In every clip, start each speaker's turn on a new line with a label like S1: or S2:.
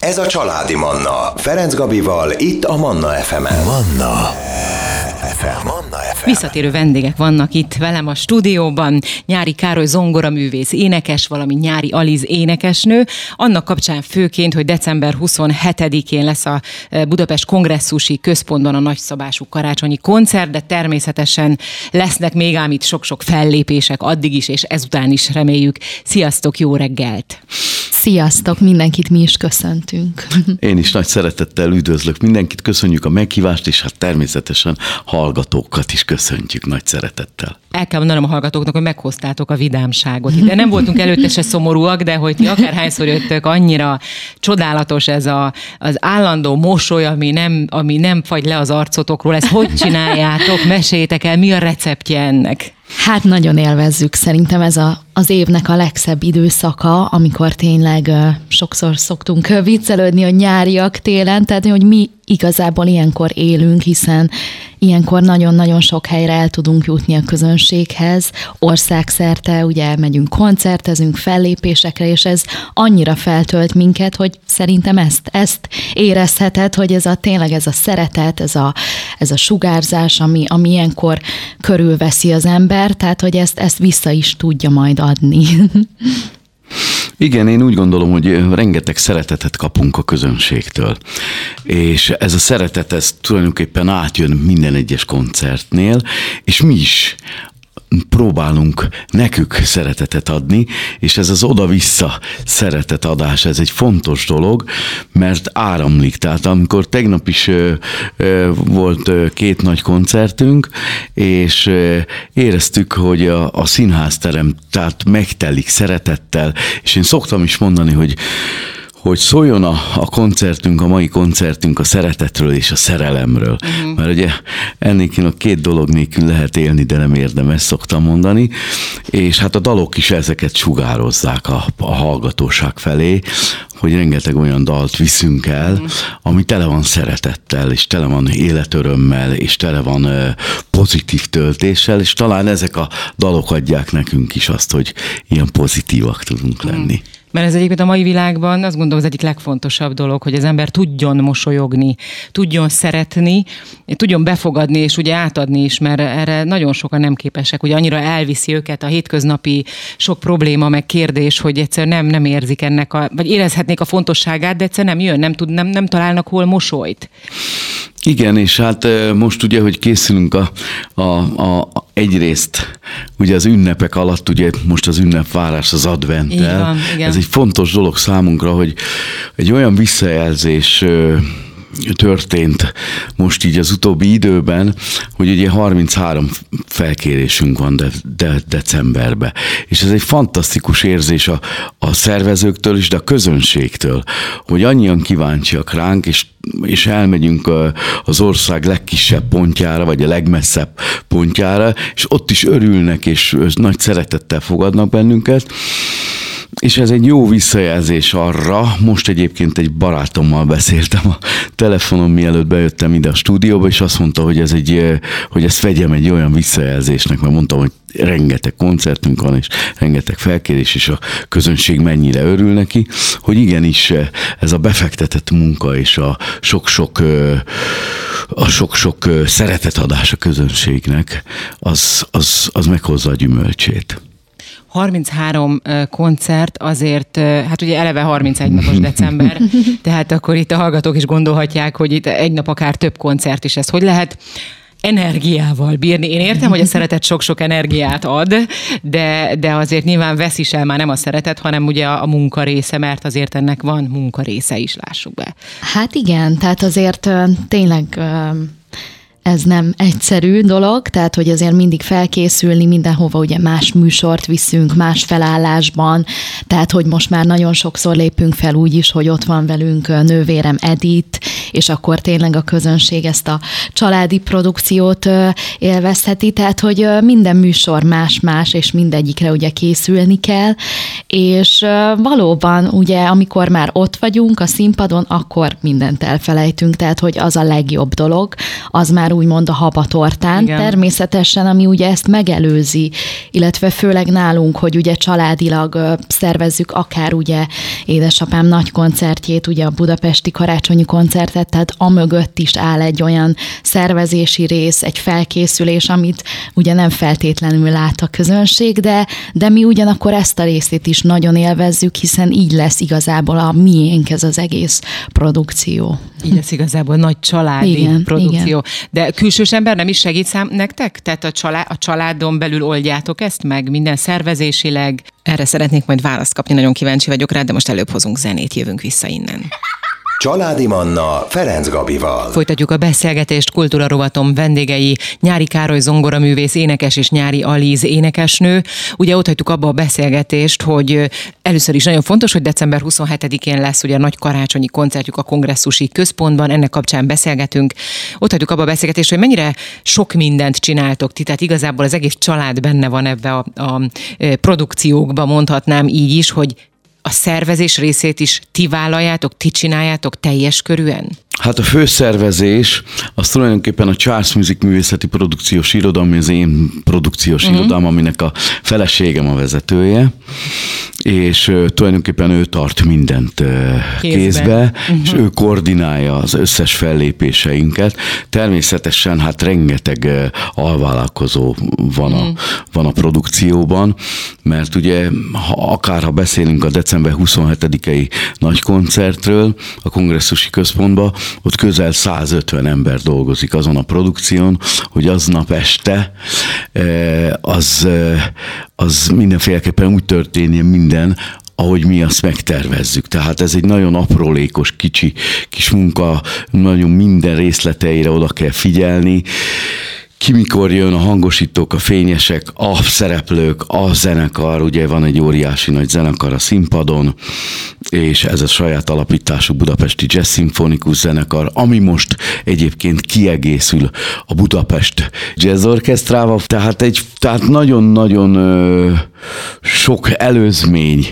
S1: Ez a Családi Manna. Ferenc Gabival, itt a Manna FM-en. Manna FM.
S2: Visszatérő vendégek vannak itt velem a stúdióban. Nyári Károly zongoraművész, énekes, valamint Nyári Aliz énekesnő. Annak kapcsán főként, hogy december 27-én lesz a Budapest Kongresszusi Központban a nagyszabású karácsonyi koncert, de természetesen lesznek még ám itt sok-sok fellépések addig is, és ezután is reméljük. Sziasztok, jó reggelt!
S3: Sziasztok, mindenkit mi is köszöntünk.
S4: Én is nagy szeretettel üdvözlök mindenkit, köszönjük a meghívást, és hát természetesen hallgatókat is köszöntjük nagy szeretettel.
S2: El kell mondanom a hallgatóknak, hogy meghoztátok a vidámságot ide. Nem voltunk előtte se szomorúak, de hogy ti akárhányszor jöttök, annyira csodálatos ez az állandó mosoly, ami nem fagy le az arcotokról. Ezt hogy csináljátok? Meséljétek el, mi a receptje ennek?
S3: Hát nagyon élvezzük, szerintem ez az évnek a legszebb időszaka, amikor tényleg sokszor szoktunk viccelődni, hogy nyáriak télen, tehát hogy mi igazából ilyenkor élünk, hiszen ilyenkor nagyon-nagyon sok helyre el tudunk jutni a közönséghez, országszerte, ugye megyünk, koncertezünk, fellépésekre, és ez annyira feltölt minket, hogy szerintem ezt érezheted, hogy tényleg ez a szeretet, ez a sugárzás, ami ilyenkor körülveszi az ember, tehát hogy ezt vissza is tudja majd adni.
S4: Igen, én úgy gondolom, hogy rengeteg szeretetet kapunk a közönségtől, és ez a szeretet, ez tulajdonképpen átjön minden egyes koncertnél, és mi is próbálunk nekük szeretetet adni, és ez az oda-vissza szeretetadás, ez egy fontos dolog, mert áramlik. Tehát amikor tegnap is volt 2 nagy koncertünk, és éreztük, hogy a színházterem tehát megtelik szeretettel, és én szoktam is mondani, hogy szóljon a koncertünk, a mai koncertünk a szeretetről és a szerelemről. Mert ugye ennél a 2 dolog nélkül lehet élni, de nem érdemes, szoktam mondani. És hát a dalok is ezeket sugározzák a hallgatóság felé, hogy rengeteg olyan dalt viszünk el, ami tele van szeretettel, és tele van életörömmel, és tele van pozitív töltéssel, és talán ezek a dalok adják nekünk is azt, hogy ilyen pozitívak tudunk lenni.
S2: Mert ez egyébként a mai világban azt gondolom az egyik legfontosabb dolog, hogy az ember tudjon mosolyogni, tudjon szeretni, tudjon befogadni és ugye átadni is, mert erre nagyon sokan nem képesek. Ugye annyira elviszi őket a hétköznapi sok probléma, meg kérdés, hogy egyszer nem érzik ennek, vagy érezhetnék a fontosságát, de egyszer nem jön, nem találnak hol mosolyt.
S4: Igen, és hát most ugye, hogy készülünk egyrészt ugye az ünnepek alatt, ugye most az ünnepvárás az adventtel. Ez egy fontos dolog számunkra, hogy egy olyan visszajelzés történt most így az utóbbi időben, hogy ugye 33 felkérésünk van decemberben. És ez egy fantasztikus érzés a szervezőktől is, de a közönségtől, hogy annyian kíváncsiak ránk, és elmegyünk az ország legkisebb pontjára, vagy a legmesszebb pontjára, és ott is örülnek, és nagy szeretettel fogadnak bennünket. És ez egy jó visszajelzés arra, most egyébként egy barátommal beszéltem a telefonon, mielőtt bejöttem ide a stúdióba, és azt mondta, hogy ezt vegyem egy olyan visszajelzésnek, mert mondtam, hogy rengeteg koncertünk van, és rengeteg felkérés, és a közönség mennyire örül neki, hogy igenis ez a befektetett munka, és a sok-sok szeretetadás a közönségnek, az meghozza a gyümölcsét.
S2: 33 koncert azért, hát ugye eleve 31 napos december, tehát akkor itt a hallgatók is gondolhatják, hogy itt egy nap akár több koncert is, ez hogy lehet energiával bírni. Én értem, hogy a szeretet sok-sok energiát ad, de azért nyilván vesz is el már nem a szeretet, hanem ugye a munka része, mert azért ennek van munka része is, lássuk be.
S3: Hát igen, tehát azért tényleg ez nem egyszerű dolog, tehát hogy azért mindig felkészülni, mindenhova ugye más műsort viszünk, más felállásban, tehát hogy most már nagyon sokszor lépünk fel úgy is, hogy ott van velünk nővérem Edith, és akkor tényleg a közönség ezt a családi produkciót élvezheti, tehát hogy minden műsor más-más, és mindegyikre ugye készülni kell, és valóban ugye, amikor már ott vagyunk a színpadon, akkor mindent elfelejtünk, tehát hogy az a legjobb dolog, az már úgymond a habatortán. Igen. Természetesen, ami ugye ezt megelőzi, illetve főleg nálunk, hogy ugye családilag szervezzük akár ugye édesapám nagy koncertjét, ugye a budapesti karácsonyi koncertet, tehát amögött is áll egy olyan szervezési rész, egy felkészülés, amit ugye nem feltétlenül lát a közönség, de mi ugyanakkor ezt a részét is nagyon élvezzük, hiszen így lesz igazából a miénk ez az egész produkció.
S2: Így lesz igazából nagy családi produkció. Igen. De külsős ember nem is segít nektek? Tehát a családon belül oldjátok ezt meg, minden szervezésileg? Erre szeretnék majd választ kapni, nagyon kíváncsi vagyok rá, de most előbb hozunk zenét, jövünk vissza innen.
S1: Családi Manna Ferenc Gabival.
S2: Folytatjuk a beszélgetést, kultúra rovatom vendégei Nyári Károly zongoraművész, énekes és Nyári Aliz énekesnő. Ugye ott hagytuk abba a beszélgetést, hogy először is nagyon fontos, hogy december 27-én lesz ugye a nagy karácsonyi koncertjük a Kongresszusi Központban, ennek kapcsán beszélgetünk. Ott hagytuk abba a beszélgetést, hogy mennyire sok mindent csináltok ti, tehát igazából az egész család benne van ebbe a produkciókba, mondhatnám így is, hogy a szervezés részét is ti vállaljátok, ti csináljátok teljes körűen?
S4: Hát a főszervezés az tulajdonképpen a Charles Music művészeti produkciós irodalom, az én produkciós irodalom, aminek a feleségem a vezetője, és tulajdonképpen ő tart mindent kézbe, és ő koordinálja az összes fellépéseinket. Természetesen hát rengeteg alvállalkozó van a produkcióban, mert ugye akárha beszélünk a december 27-i nagy koncertről a Kongresszusi Központban, ott közel 150 ember dolgozik azon a produkción, hogy aznap este az mindenféleképpen úgy történjen minden, ahogy mi azt megtervezzük. Tehát ez egy nagyon aprólékos, kis munka, nagyon minden részleteire oda kell figyelni. Ki mikor jön, a hangosítók, a fényesek, a szereplők, a zenekar, ugye van egy óriási nagy zenekar a színpadon, és ez a saját alapítású budapesti jazz szimfonikus zenekar, ami most egyébként kiegészül a Budapest Jazz Orchestrával, tehát nagyon-nagyon sok előzmény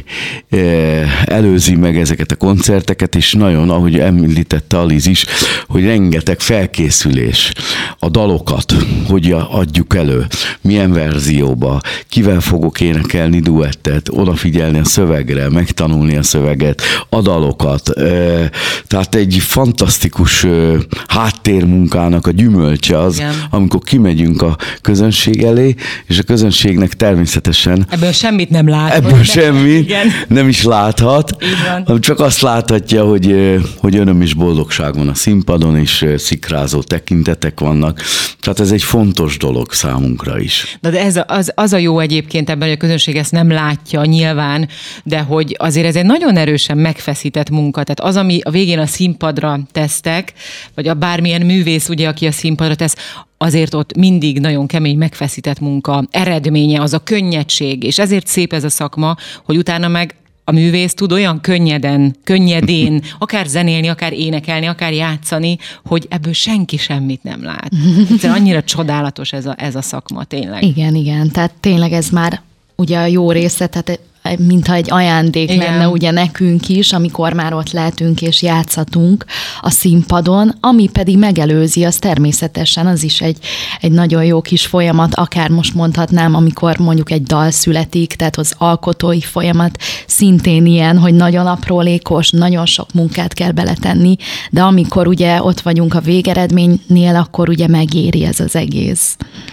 S4: előzi meg ezeket a koncerteket, és nagyon, ahogy említette Aliz is, hogy rengeteg felkészülés, a dalokat, hogy adjuk elő, milyen verzióba, kivel fogok énekelni duettet, odafigyelni a szövegre, megtanulni a szöveget, a dalokat. Tehát egy fantasztikus háttérmunkának a gyümölcse az, igen, amikor kimegyünk a közönség elé, és a közönségnek természetesen
S2: ebből semmit nem lát.
S4: Ebből semmit nem is láthat, hanem csak azt láthatja, hogy öröm és boldogság van a színpadon, és szikrázó tekintetek vannak. Tehát ez egy fontos dolog számunkra is.
S2: De ez az a jó egyébként ebben, hogy a közönség ezt nem látja nyilván, de hogy azért ez egy nagyon erősen megfeszített munka. Tehát az, ami a végén a színpadra tesztek, vagy a bármilyen művész, ugye, aki a színpadra tesz, azért ott mindig nagyon kemény, megfeszített munka eredménye, az a könnyedség, és ezért szép ez a szakma, hogy utána meg a művész tud olyan könnyedén, akár zenélni, akár énekelni, akár játszani, hogy ebből senki semmit nem lát. Egyszerűen annyira csodálatos ez a szakma, tényleg.
S3: Igen, tehát tényleg ez már ugye a jó része, tehát mintha egy ajándék lenne ugye nekünk is, amikor már ott lehetünk és játszhatunk a színpadon, ami pedig megelőzi, az természetesen az is egy nagyon jó kis folyamat, akár most mondhatnám, amikor mondjuk egy dal születik, tehát az alkotói folyamat szintén ilyen, hogy nagyon aprólékos, nagyon sok munkát kell beletenni, de amikor ugye ott vagyunk a végeredménynél, akkor ugye megéri ez az egész.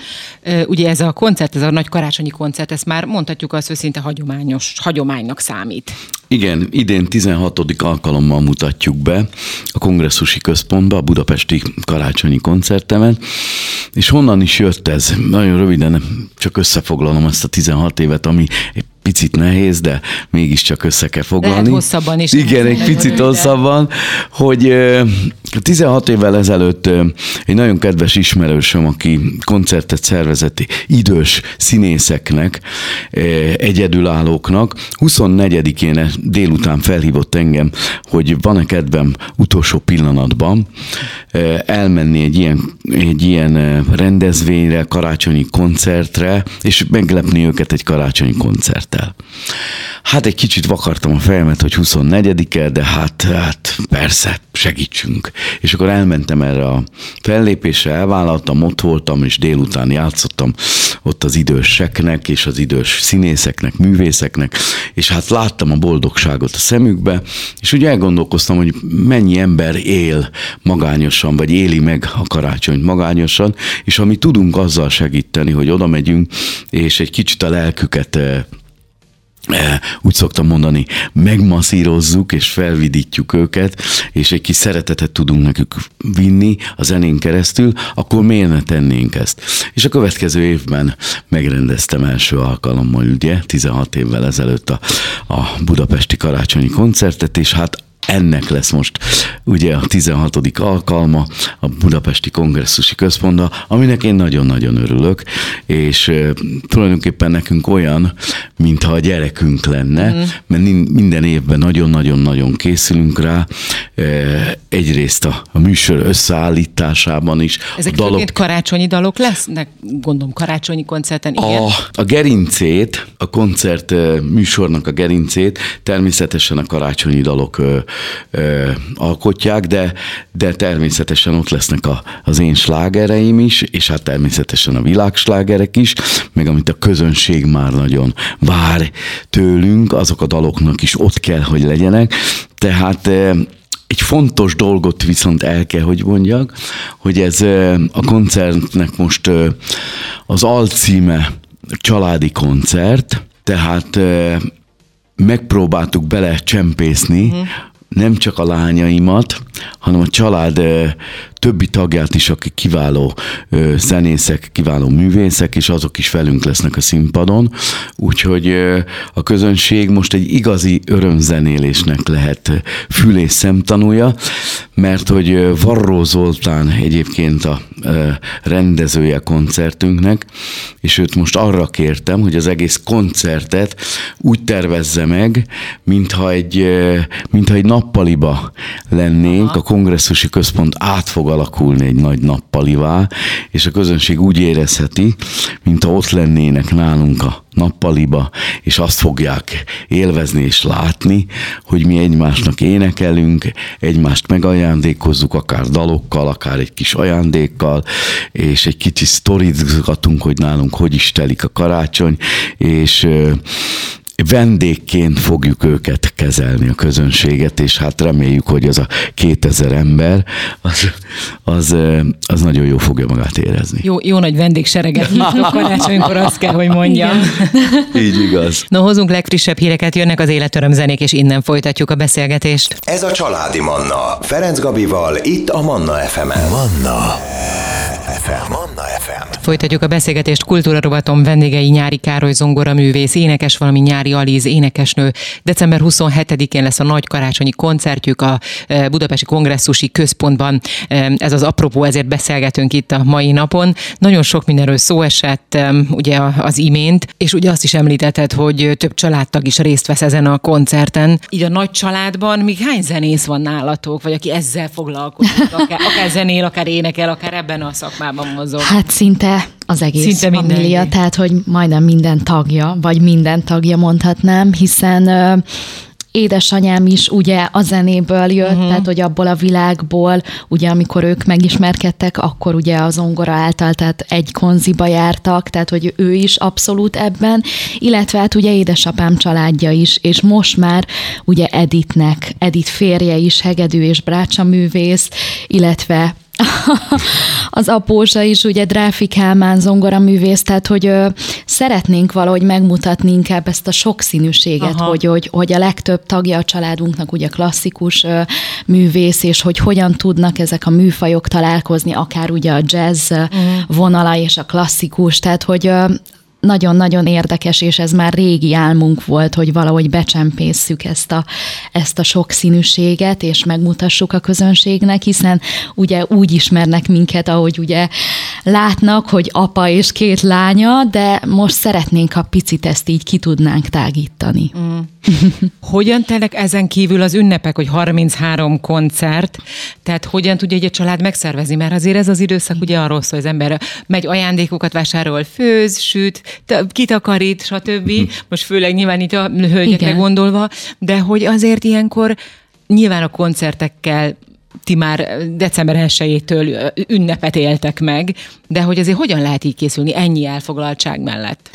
S2: Ugye ez a koncert, ez a nagy karácsonyi koncert, ezt már mondhatjuk azt, hogy szinte hagyománynak számít.
S4: Igen, idén 16. alkalommal mutatjuk be a Kongresszusi Központba, a budapesti karácsonyi koncertemen, és honnan is jött ez? Nagyon röviden csak összefoglalom ezt a 16 évet, ami egy picit nehéz, de mégiscsak össze kell foglalni.
S2: Lehet hosszabban is.
S4: Igen, egy picit hosszabban, hogy 16 évvel ezelőtt egy nagyon kedves ismerősöm, aki koncertet szervezett idős színészeknek, egyedülállóknak, 24-én délután felhívott engem, hogy van-e kedvem utolsó pillanatban elmenni egy ilyen rendezvényre, karácsonyi koncertre, és meglepni őket egy karácsonyi koncerttel. Hát egy kicsit vakartam a fejemet, hogy 24-e, de hát persze, segítsünk. És akkor elmentem erre a fellépésre, elvállaltam, ott voltam, és délután játszottam ott az időseknek, és az idős színészeknek, művészeknek, és hát láttam a boldogságot a szemükbe, és úgy elgondolkoztam, hogy mennyi ember él magányosan, vagy éli meg a karácsonyt magányosan, és ami tudunk azzal segíteni, hogy oda megyünk, és egy kicsit a lelküket úgy szoktam mondani, megmasszírozzuk és felvidítjuk őket, és egy kis szeretetet tudunk nekük vinni a zenén keresztül, akkor miért ne tennénk ezt? És a következő évben megrendeztem első alkalommal, ugye, 16 évvel ezelőtt a budapesti karácsonyi koncertet, és hát ennek lesz most ugye a 16. alkalma a Budapesti Kongresszusi Központban, aminek én nagyon-nagyon örülök, és tulajdonképpen nekünk olyan, mintha a gyerekünk lenne, mert minden évben nagyon-nagyon-nagyon készülünk rá, egyrészt a műsor összeállításában is.
S2: Ezek főként karácsonyi dalok lesznek? Gondolom karácsonyi koncerten, igen.
S4: A gerincét, a koncert műsornak a gerincét természetesen a karácsonyi dalok alkotják, de természetesen ott lesznek az én slágereim is, és hát természetesen a világslágerek is, meg amit a közönség már nagyon vár tőlünk, azok a daloknak is ott kell, hogy legyenek. Tehát egy fontos dolgot viszont el kell, hogy mondjak, hogy ez a koncertnek most az alcíme családi koncert, tehát megpróbáltuk belecsempészni nem csak a lányaimat, hanem a család többi tagját is, akik kiváló zenészek, kiváló művészek, és azok is velünk lesznek a színpadon. Úgyhogy a közönség most egy igazi örömzenélésnek lehet fül- és szemtanúja, mert hogy Varró Zoltán egyébként a rendezője koncertünknek, és őt most arra kértem, hogy az egész koncertet úgy tervezze meg, mintha egy nappaliba lennénk, a Kongresszusi Központ át fog alakulni egy nagy nappalivá, és a közönség úgy érezheti, mintha ott lennének nálunk a nappaliba, és azt fogják élvezni és látni, hogy mi egymásnak énekelünk, egymást megajándékozzuk, akár dalokkal, akár egy kis ajándékkal, és egy kicsit sztorizgatunk, hogy nálunk hogy is telik a karácsony, és vendégként fogjuk őket kezelni, a közönséget, és hát reméljük, hogy az a 2000 ember, az nagyon jól fogja magát érezni.
S2: Jó nagy vendégsereget hívnak karácsonykor, azt kell, hogy mondjam.
S4: Így igaz.
S2: No, hozunk legfrissebb híreket, jönnek az életörömzenék, és innen folytatjuk a beszélgetést.
S1: Ez a Családi Manna. Ferenc Gabival, itt a Manna FM-en. Manna FM. Manna FM.
S2: Folytatjuk a beszélgetést, kultúrarovaton vendégei Nyári Károly zongoraművész, énekes, valamint Nyári Aliz énekesnő. December 27-én lesz a nagy karácsonyi koncertjük a Budapesti Kongresszusi Központban. Ez az apropó, ezért beszélgetünk itt a mai napon. Nagyon sok mindenről szó esett ugye az imént, és ugye azt is említetted, hogy több családtag is részt vesz ezen a koncerten. Így a nagy családban még hány zenész van nálatok, vagy aki ezzel foglalkozik, akár zenél, akár énekel, akár ebben a szakmában mozog?
S3: Hát szinte az egész família, tehát hogy majdnem minden tagja, vagy minden tagja mondhatnám, hiszen édesanyám is ugye a zenéből jött, tehát hogy abból a világból, ugye amikor ők megismerkedtek, akkor ugye a zongora által, tehát egy konziba jártak, tehát hogy ő is abszolút ebben, illetve hát ugye édesapám családja is, és most már ugye Edith férje is hegedű és brácsaművész, illetve az apósa is, ugye Dráfi Kálmán zongoraművész, tehát hogy szeretnénk valahogy megmutatni inkább ezt a sokszínűséget, hogy a legtöbb tagja a családunknak ugye klasszikus művész, és hogy hogyan tudnak ezek a műfajok találkozni, akár ugye a jazz vonala és a klasszikus, tehát hogy nagyon-nagyon érdekes, és ez már régi álmunk volt, hogy valahogy becsempészük ezt a sokszínűséget, és megmutassuk a közönségnek, hiszen ugye úgy ismernek minket, ahogy ugye látnak, hogy apa és 2 lánya, de most szeretnénk, ha picit ezt így ki tudnánk tágítani.
S2: Hogyan telnek ezen kívül az ünnepek, hogy 33 koncert, tehát hogyan tudja egy család megszervezni? Mert azért ez az időszak ugye arról szól, hogy az ember megy ajándékokat vásárol, főz, süt, kitakarít, stb. Most főleg nyilván itt a hölgyekre gondolva, de hogy azért ilyenkor nyilván a koncertekkel ti már december 1-től ünnepet éltek meg, de hogy azért hogyan lehet így készülni ennyi elfoglaltság mellett?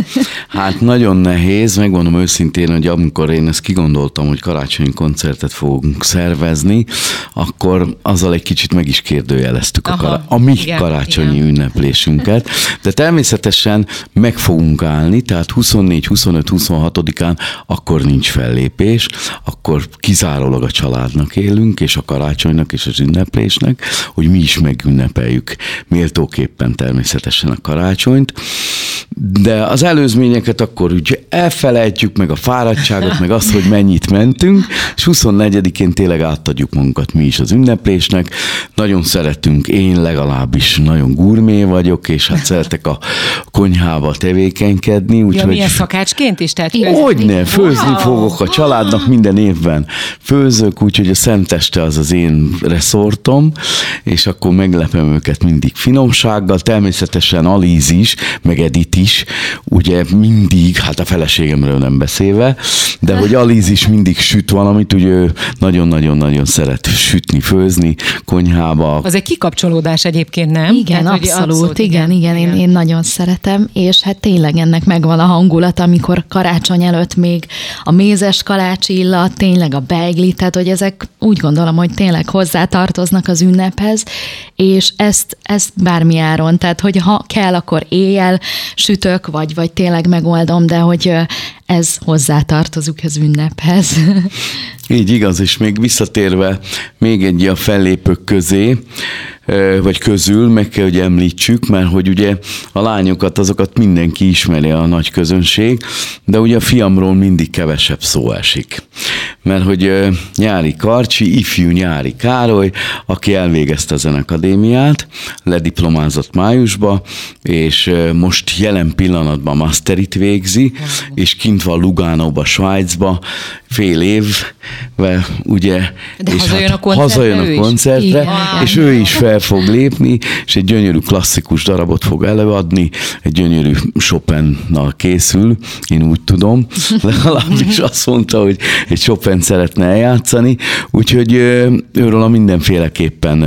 S4: Hát nagyon nehéz, megmondom őszintén, hogy amikor én ezt kigondoltam, hogy karácsonyi koncertet fogunk szervezni, akkor azzal egy kicsit meg is kérdőjeleztük a mi karácsonyi ünneplésünket, de természetesen meg fogunk állni, tehát 24, 25, 26-án akkor nincs fellépés, akkor kizárólag a családnak élünk, és a karácsonynak és az ünneplésnek, hogy mi is megünnepeljük méltóképpen természetesen a karácsonyt, de az előzményeket akkor úgy elfelejtjük, meg a fáradtságot, meg azt, hogy mennyit mentünk, és 24-én tényleg átadjuk magunkat mi is az ünneplésnek. Nagyon szeretünk, én legalábbis nagyon gurmé vagyok, és hát szeretek a konyhába tevékenykedni.
S2: Milyen szakácsként is?
S4: Hogyne, főzni fogok a családnak minden évben. Főzök, úgyhogy a szenteste az az én reszortom, és akkor meglepem őket mindig finomsággal, természetesen Alíz is, meg Edith is, ugye mindig, hát a feleségemről nem beszélve, de hogy Alíz is mindig süt valamit, ugye ő nagyon-nagyon-nagyon szeret sütni, főzni konyhába.
S2: Az egy kikapcsolódás egyébként, nem?
S3: Igen, tehát, abszolút, igen. Én nagyon szeretem, és hát tényleg ennek megvan a hangulat, amikor karácsony előtt még a mézes kalács illat, tényleg a beigli, tehát hogy ezek úgy gondolom, hogy tényleg hozzátartoznak az ünnephez, és ezt bármi áron, tehát hogy ha kell, akkor éjjel sütök, vagy tényleg megoldom, de hogy ez hozzátartozik az ünnephez.
S4: Így igaz, és még visszatérve még egy a fellépők közé, vagy közül meg kell, hogy említsük, mert hogy ugye a lányokat, azokat mindenki ismeri, a nagy közönség, de ugye a fiamról mindig kevesebb szó esik. Mert hogy Nyári Karcsi, ifjú Nyári Károly, aki elvégezte a zenekadémiát, lediplomázott májusba, és most jelen pillanatban masterit végzi, és kint van Lugánóba, Svájcba, fél évvel, ugye,
S2: de
S4: és
S2: hazajön
S4: a koncertre, és ő is fel fog lépni, és egy gyönyörű klasszikus darabot fog előadni, egy gyönyörű Chopin-nal készül, én úgy tudom, legalábbis azt mondta, hogy egy Chopin szeretne eljátszani, úgyhogy őről mindenféleképpen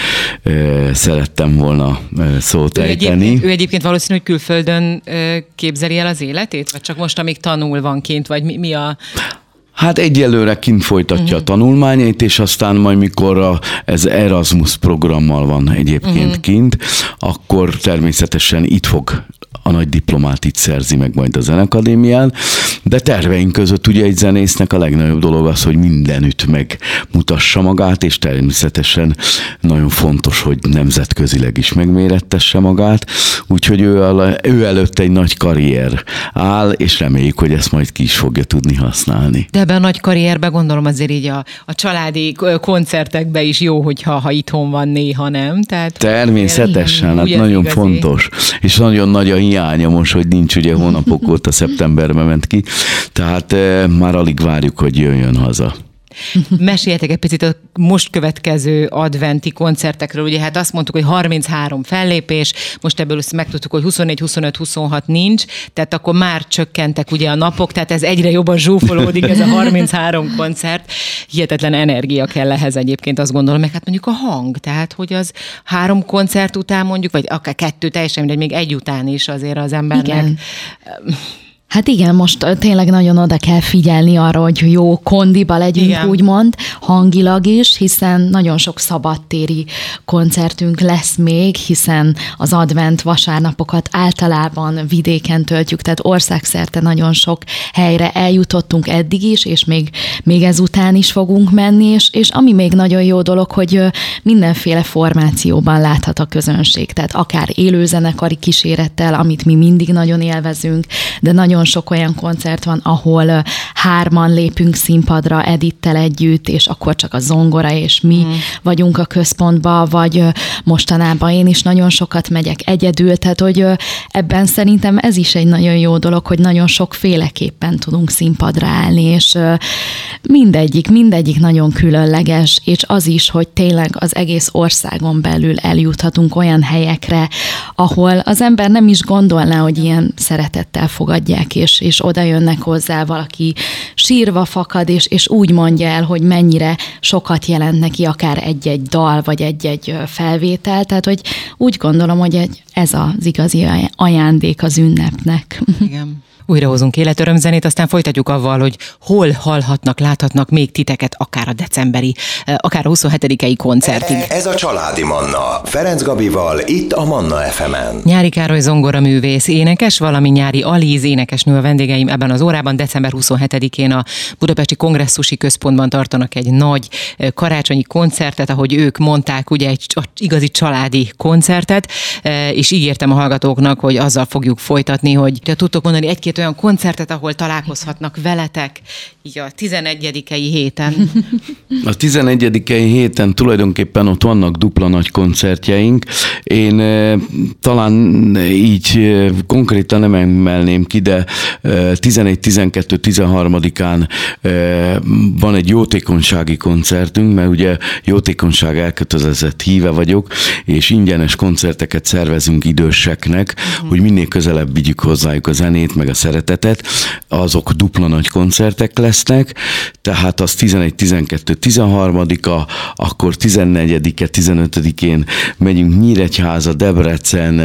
S4: szerettem volna szót ejteni.
S2: Ő egyébként valószínű, hogy külföldön képzeli el az életét, vagy csak most, amíg tanul van kint, vagy mi a...
S4: Hát egyelőre kint folytatja a tanulmányait, és aztán majd mikor ez Erasmus programmal van egyébként kint, akkor természetesen itt fog a nagy diplomát itt szerzi meg majd a Zenekadémián, de terveink között ugye egy zenésznek a legnagyobb dolog az, hogy mindenütt megmutassa magát, és természetesen nagyon fontos, hogy nemzetközileg is megmérettesse magát, úgyhogy ő előtt egy nagy karrier áll, és reméljük, hogy ezt majd ki is fogja tudni használni.
S2: De ebben a nagy karrierben gondolom azért így a családi koncertekben is jó, hogyha itthon van, néha nem. Tehát
S4: természetesen, hát nagyon igazi. Fontos, és nagyon nagy a hiánya most, hogy nincs, ugye hónapok óta szeptemberben ment ki, tehát már alig várjuk, hogy jöjjön haza.
S2: Meséljetek egy picit a most következő adventi koncertekről. Ugye hát azt mondtuk, hogy 33 fellépés, most ebből megtudtuk, hogy 24, 25, 26 nincs, tehát akkor már csökkentek ugye a napok, tehát ez egyre jobban zsúfolódik ez a 33 koncert. Hihetetlen energia kell ehhez egyébként, azt gondolom, meg hát mondjuk a hang, tehát hogy az 3 koncert után mondjuk, vagy akár 2, teljesen mindegy, még egy után is azért az embernek...
S3: Igen. Hát igen, most tényleg nagyon oda kell figyelni arra, hogy jó kondiba legyünk, igen, úgymond, hangilag is, hiszen nagyon sok szabadtéri koncertünk lesz még, hiszen az advent vasárnapokat általában vidéken töltjük, tehát országszerte nagyon sok helyre eljutottunk eddig is, és még ezután is fogunk menni, és ami még nagyon jó dolog, hogy mindenféle formációban láthat a közönség, tehát akár élőzenekari kísérettel, amit mi mindig nagyon élvezünk, de nagyon sok olyan koncert van, ahol 3-an lépünk színpadra Edittel együtt, és akkor csak a zongora és mi vagyunk a központban, vagy mostanában én is nagyon sokat megyek egyedül, tehát hogy ebben szerintem ez is egy nagyon jó dolog, hogy nagyon sokféleképpen tudunk színpadra állni, és mindegyik nagyon különleges, és az is, hogy tényleg az egész országon belül eljuthatunk olyan helyekre, ahol az ember nem is gondolná, hogy ilyen szeretettel fogadják, és oda jönnek hozzá, valaki sírva fakad, és úgy mondja el, hogy mennyire sokat jelent neki akár egy-egy dal, vagy egy-egy felvétel, tehát hogy úgy gondolom, hogy ez az igazi ajándék az ünnepnek.
S2: Igen. Újra hozunk életörömzenét, aztán folytatjuk avval, hogy hol hallhatnak, láthatnak még titeket, akár a decemberi, akár a 27-i koncertig.
S1: Ez a Családi Manna, Ferenc Gabival, itt a Manna FM-en.
S2: Nyári Károly zongoraművész, énekes, valamint Nyári Alíz énekesnő a vendégeim ebben az órában. December 27-én a Budapesti Kongresszusi Központban tartanak egy nagy karácsonyi koncertet, ahogy ők mondták, ugye egy igazi családi koncertet, és ígértem a hallgatóknak, hogy azzal fogjuk folytatni, hogy tudtok mondani egy-két olyan koncertet, ahol találkozhatnak veletek, így a 11. héten.
S4: A 11. héten tulajdonképpen ott vannak dupla nagy koncertjeink. Én talán így konkrétan nem emelném ki, de 11, 12, 13-án van egy jótékonysági koncertünk, mert ugye jótékonyság elkötelezett híve vagyok, és ingyenes koncerteket szervezünk időseknek, hogy minél közelebb vigyük hozzájuk a zenét, meg a szeretetet. Azok dupla nagy koncertek lesznek, tehát az 11, 12, 13-a, akkor 14-e, 15-én megyünk Nyíregyháza, Debrecen,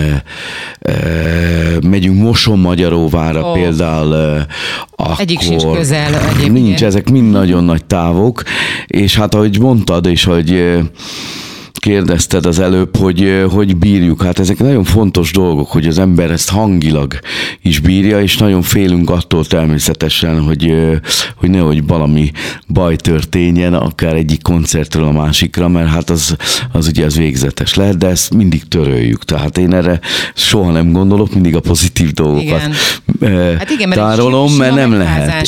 S4: megyünk Mosonmagyaróvára például, akkor
S2: egyik sincs közel egyébként.
S4: Nincs, ezek mind nagyon nagy távok, és hát ahogy mondtad, és hogy kérdezted az előbb, hogy bírjuk. Hát ezek nagyon fontos dolgok, hogy az ember ezt hangilag is bírja, és nagyon félünk attól természetesen, hogy nehogy valami baj történjen, akár egyik koncertről a másikra, mert hát az ugye az végzetes lehet, de ezt mindig töröljük. Tehát én erre soha nem gondolok, mindig a pozitív dolgokat tárolom, mert nem lehet.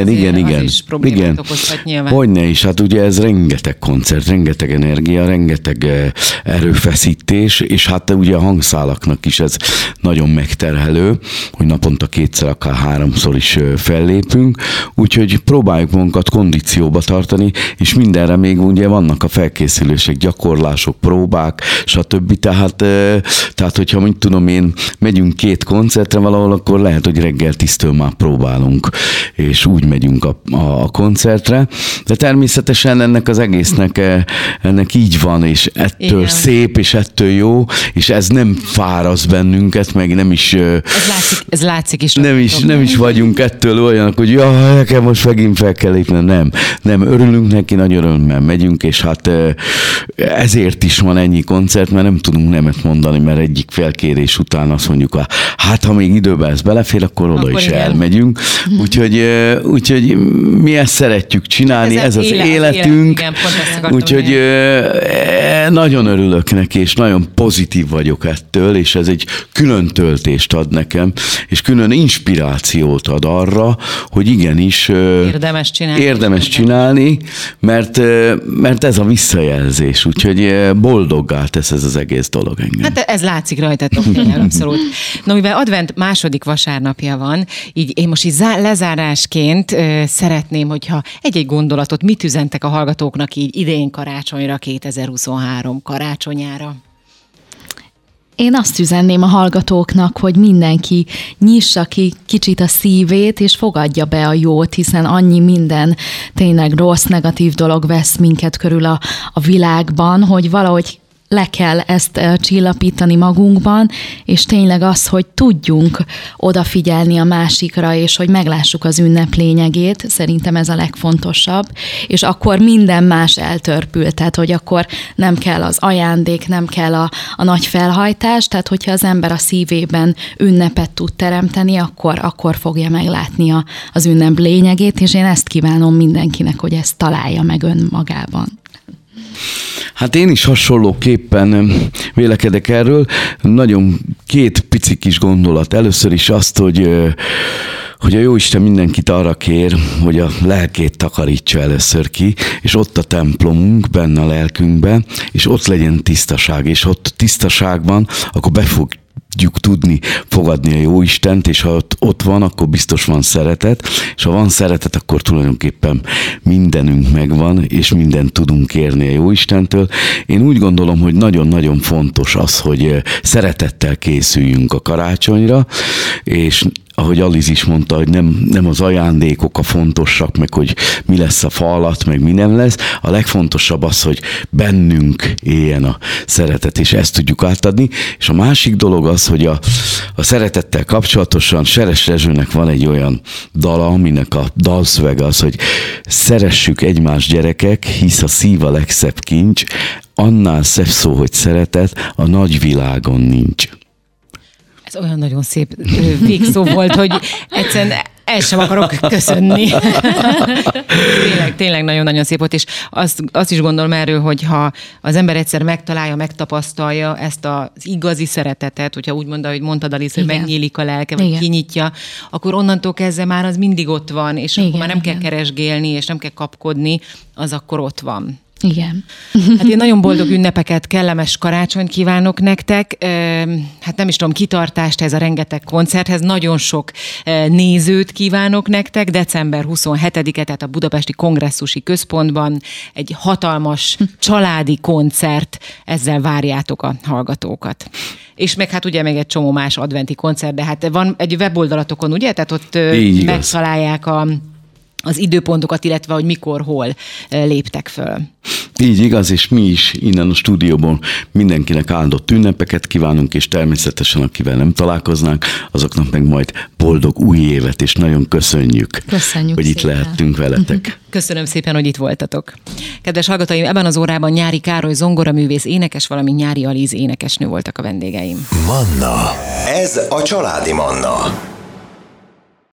S4: Igen. Hogyne is, hát ugye ez rengeteg koncert, rengeteg energia, rengeteg erőfeszítés, és hát ugye a hangszálaknak is ez nagyon megterhelő, hogy naponta 2-szer, akár 3-szor is fellépünk, úgyhogy próbáljuk magunkat kondícióba tartani, és mindenre még ugye vannak a felkészülések, gyakorlások, próbák, stb. Tehát hogyha mondjuk tudom én, megyünk 2 koncertre valahol, akkor lehet, hogy reggel 10-től már próbálunk, és úgy megyünk a koncertre, de természetesen ennek az egésznek ennek így van, és ettől igen. Szép, és ettől jó, és ez nem fáraszt bennünket, meg nem is...
S2: Ez látszik is.
S4: Nem is vagyunk ettől olyanok, hogy nekem most megint fel kell lépni. Nem, örülünk neki, nagy örömmel megyünk, és hát ezért is van ennyi koncert, mert nem tudunk nemet mondani, mert egyik felkérés után azt mondjuk, hát ha még időben ez belefér, akkor oda is igen. Elmegyünk. Úgyhogy mi ezt szeretjük csinálni, ez az életünk. Úgyhogy nagyon örülök neki, és nagyon pozitív vagyok ettől, és ez egy külön töltést ad nekem, és külön inspirációt ad arra, hogy igenis érdemes csinálni, mert ez a visszajelzés, úgyhogy boldoggá tesz ez az egész dolog engem.
S2: Hát ez látszik rajtatok, tényleg, abszolút. No, mivel advent második vasárnapja van, így én most így lezárásként szeretném, hogyha egy-egy gondolatot mit üzentek a hallgatóknak így idén karácsonyra, 2023 karácsonyára?
S3: Én azt üzenném a hallgatóknak, hogy mindenki nyissa ki kicsit a szívét, és fogadja be a jót, hiszen annyi minden tényleg rossz, negatív dolog vesz minket körül a világban, hogy valahogy le kell ezt csillapítani magunkban, és tényleg az, hogy tudjunk odafigyelni a másikra, és hogy meglássuk az ünnep lényegét, szerintem ez a legfontosabb, és akkor minden más eltörpül, tehát hogy akkor nem kell az ajándék, nem kell a nagy felhajtás, tehát hogyha az ember a szívében ünnepet tud teremteni, akkor fogja meglátni az ünnep lényegét, és én ezt kívánom mindenkinek, hogy ezt találja meg önmagában.
S4: Hát én is hasonlóképpen vélekedek erről. Nagyon két pici kis gondolat. Először is azt, hogy a Jóisten mindenkit arra kér, hogy a lelkét takarítsa először ki, és ott a templomunk, benne a lelkünkben, és ott legyen tisztaság, és ott tisztaságban, akkor fogjuk tudni fogadni a Jóistent, és ha ott van, akkor biztos van szeretet, és ha van szeretet, akkor tulajdonképpen mindenünk megvan, és mindent tudunk kérni a Jóistentől. Én úgy gondolom, hogy nagyon-nagyon fontos az, hogy szeretettel készüljünk a karácsonyra, és ahogy Aliz is mondta, hogy nem az ajándékok a fontosak, meg hogy mi lesz a fa alatt, meg mi nem lesz. A legfontosabb az, hogy bennünk éljen a szeretet, és ezt tudjuk átadni. És a másik dolog az, hogy a szeretettel kapcsolatosan Seres Rezsőnek van egy olyan dala, aminek a dalszövege az, hogy szeressük egymást, gyerekek, hisz a szív a legszebb kincs, annál szebb szó, hogy szeretet, a nagy világon nincs.
S2: Ez olyan nagyon szép végszó volt, hogy egyszerűen el sem akarok köszönni. Tényleg nagyon-nagyon szép volt, és azt is gondolom erről, hogy ha az ember egyszer megtalálja, megtapasztalja ezt az igazi szeretetet, hogyha úgy mondta, hogy mondtad, Alice, hogy megnyílik a lelke, vagy kinyitja, akkor onnantól kezdve már az mindig ott van, és akkor már nem kell keresgélni, és nem kell kapkodni, az akkor ott van.
S3: Igen.
S2: Hát én nagyon boldog ünnepeket, kellemes karácsonyt kívánok nektek. Hát nem is tudom, kitartást ez a rengeteg koncerthez. Nagyon sok nézőt kívánok nektek. December 27-e, tehát a Budapesti Kongresszusi Központban egy hatalmas családi koncert. Ezzel várjátok a hallgatókat. És meg hát ugye még egy csomó más adventi koncert, de hát van egy weboldalatokon, ugye? Tehát ott megtalálják az időpontokat, illetve hogy mikor, hol léptek föl.
S4: Így igaz, és mi is innen a stúdióban mindenkinek áldott ünnepeket kívánunk, és természetesen akivel nem találkoznánk, azoknak meg majd boldog új évet, és nagyon köszönjük hogy itt lehettünk veletek.
S2: Köszönöm szépen, hogy itt voltatok. Kedves hallgatóim, ebben az órában Nyári Károly zongoraművész énekes, valamint Nyári Aliz énekesnő voltak a vendégeim.
S1: Manna. Ez a családi Manna.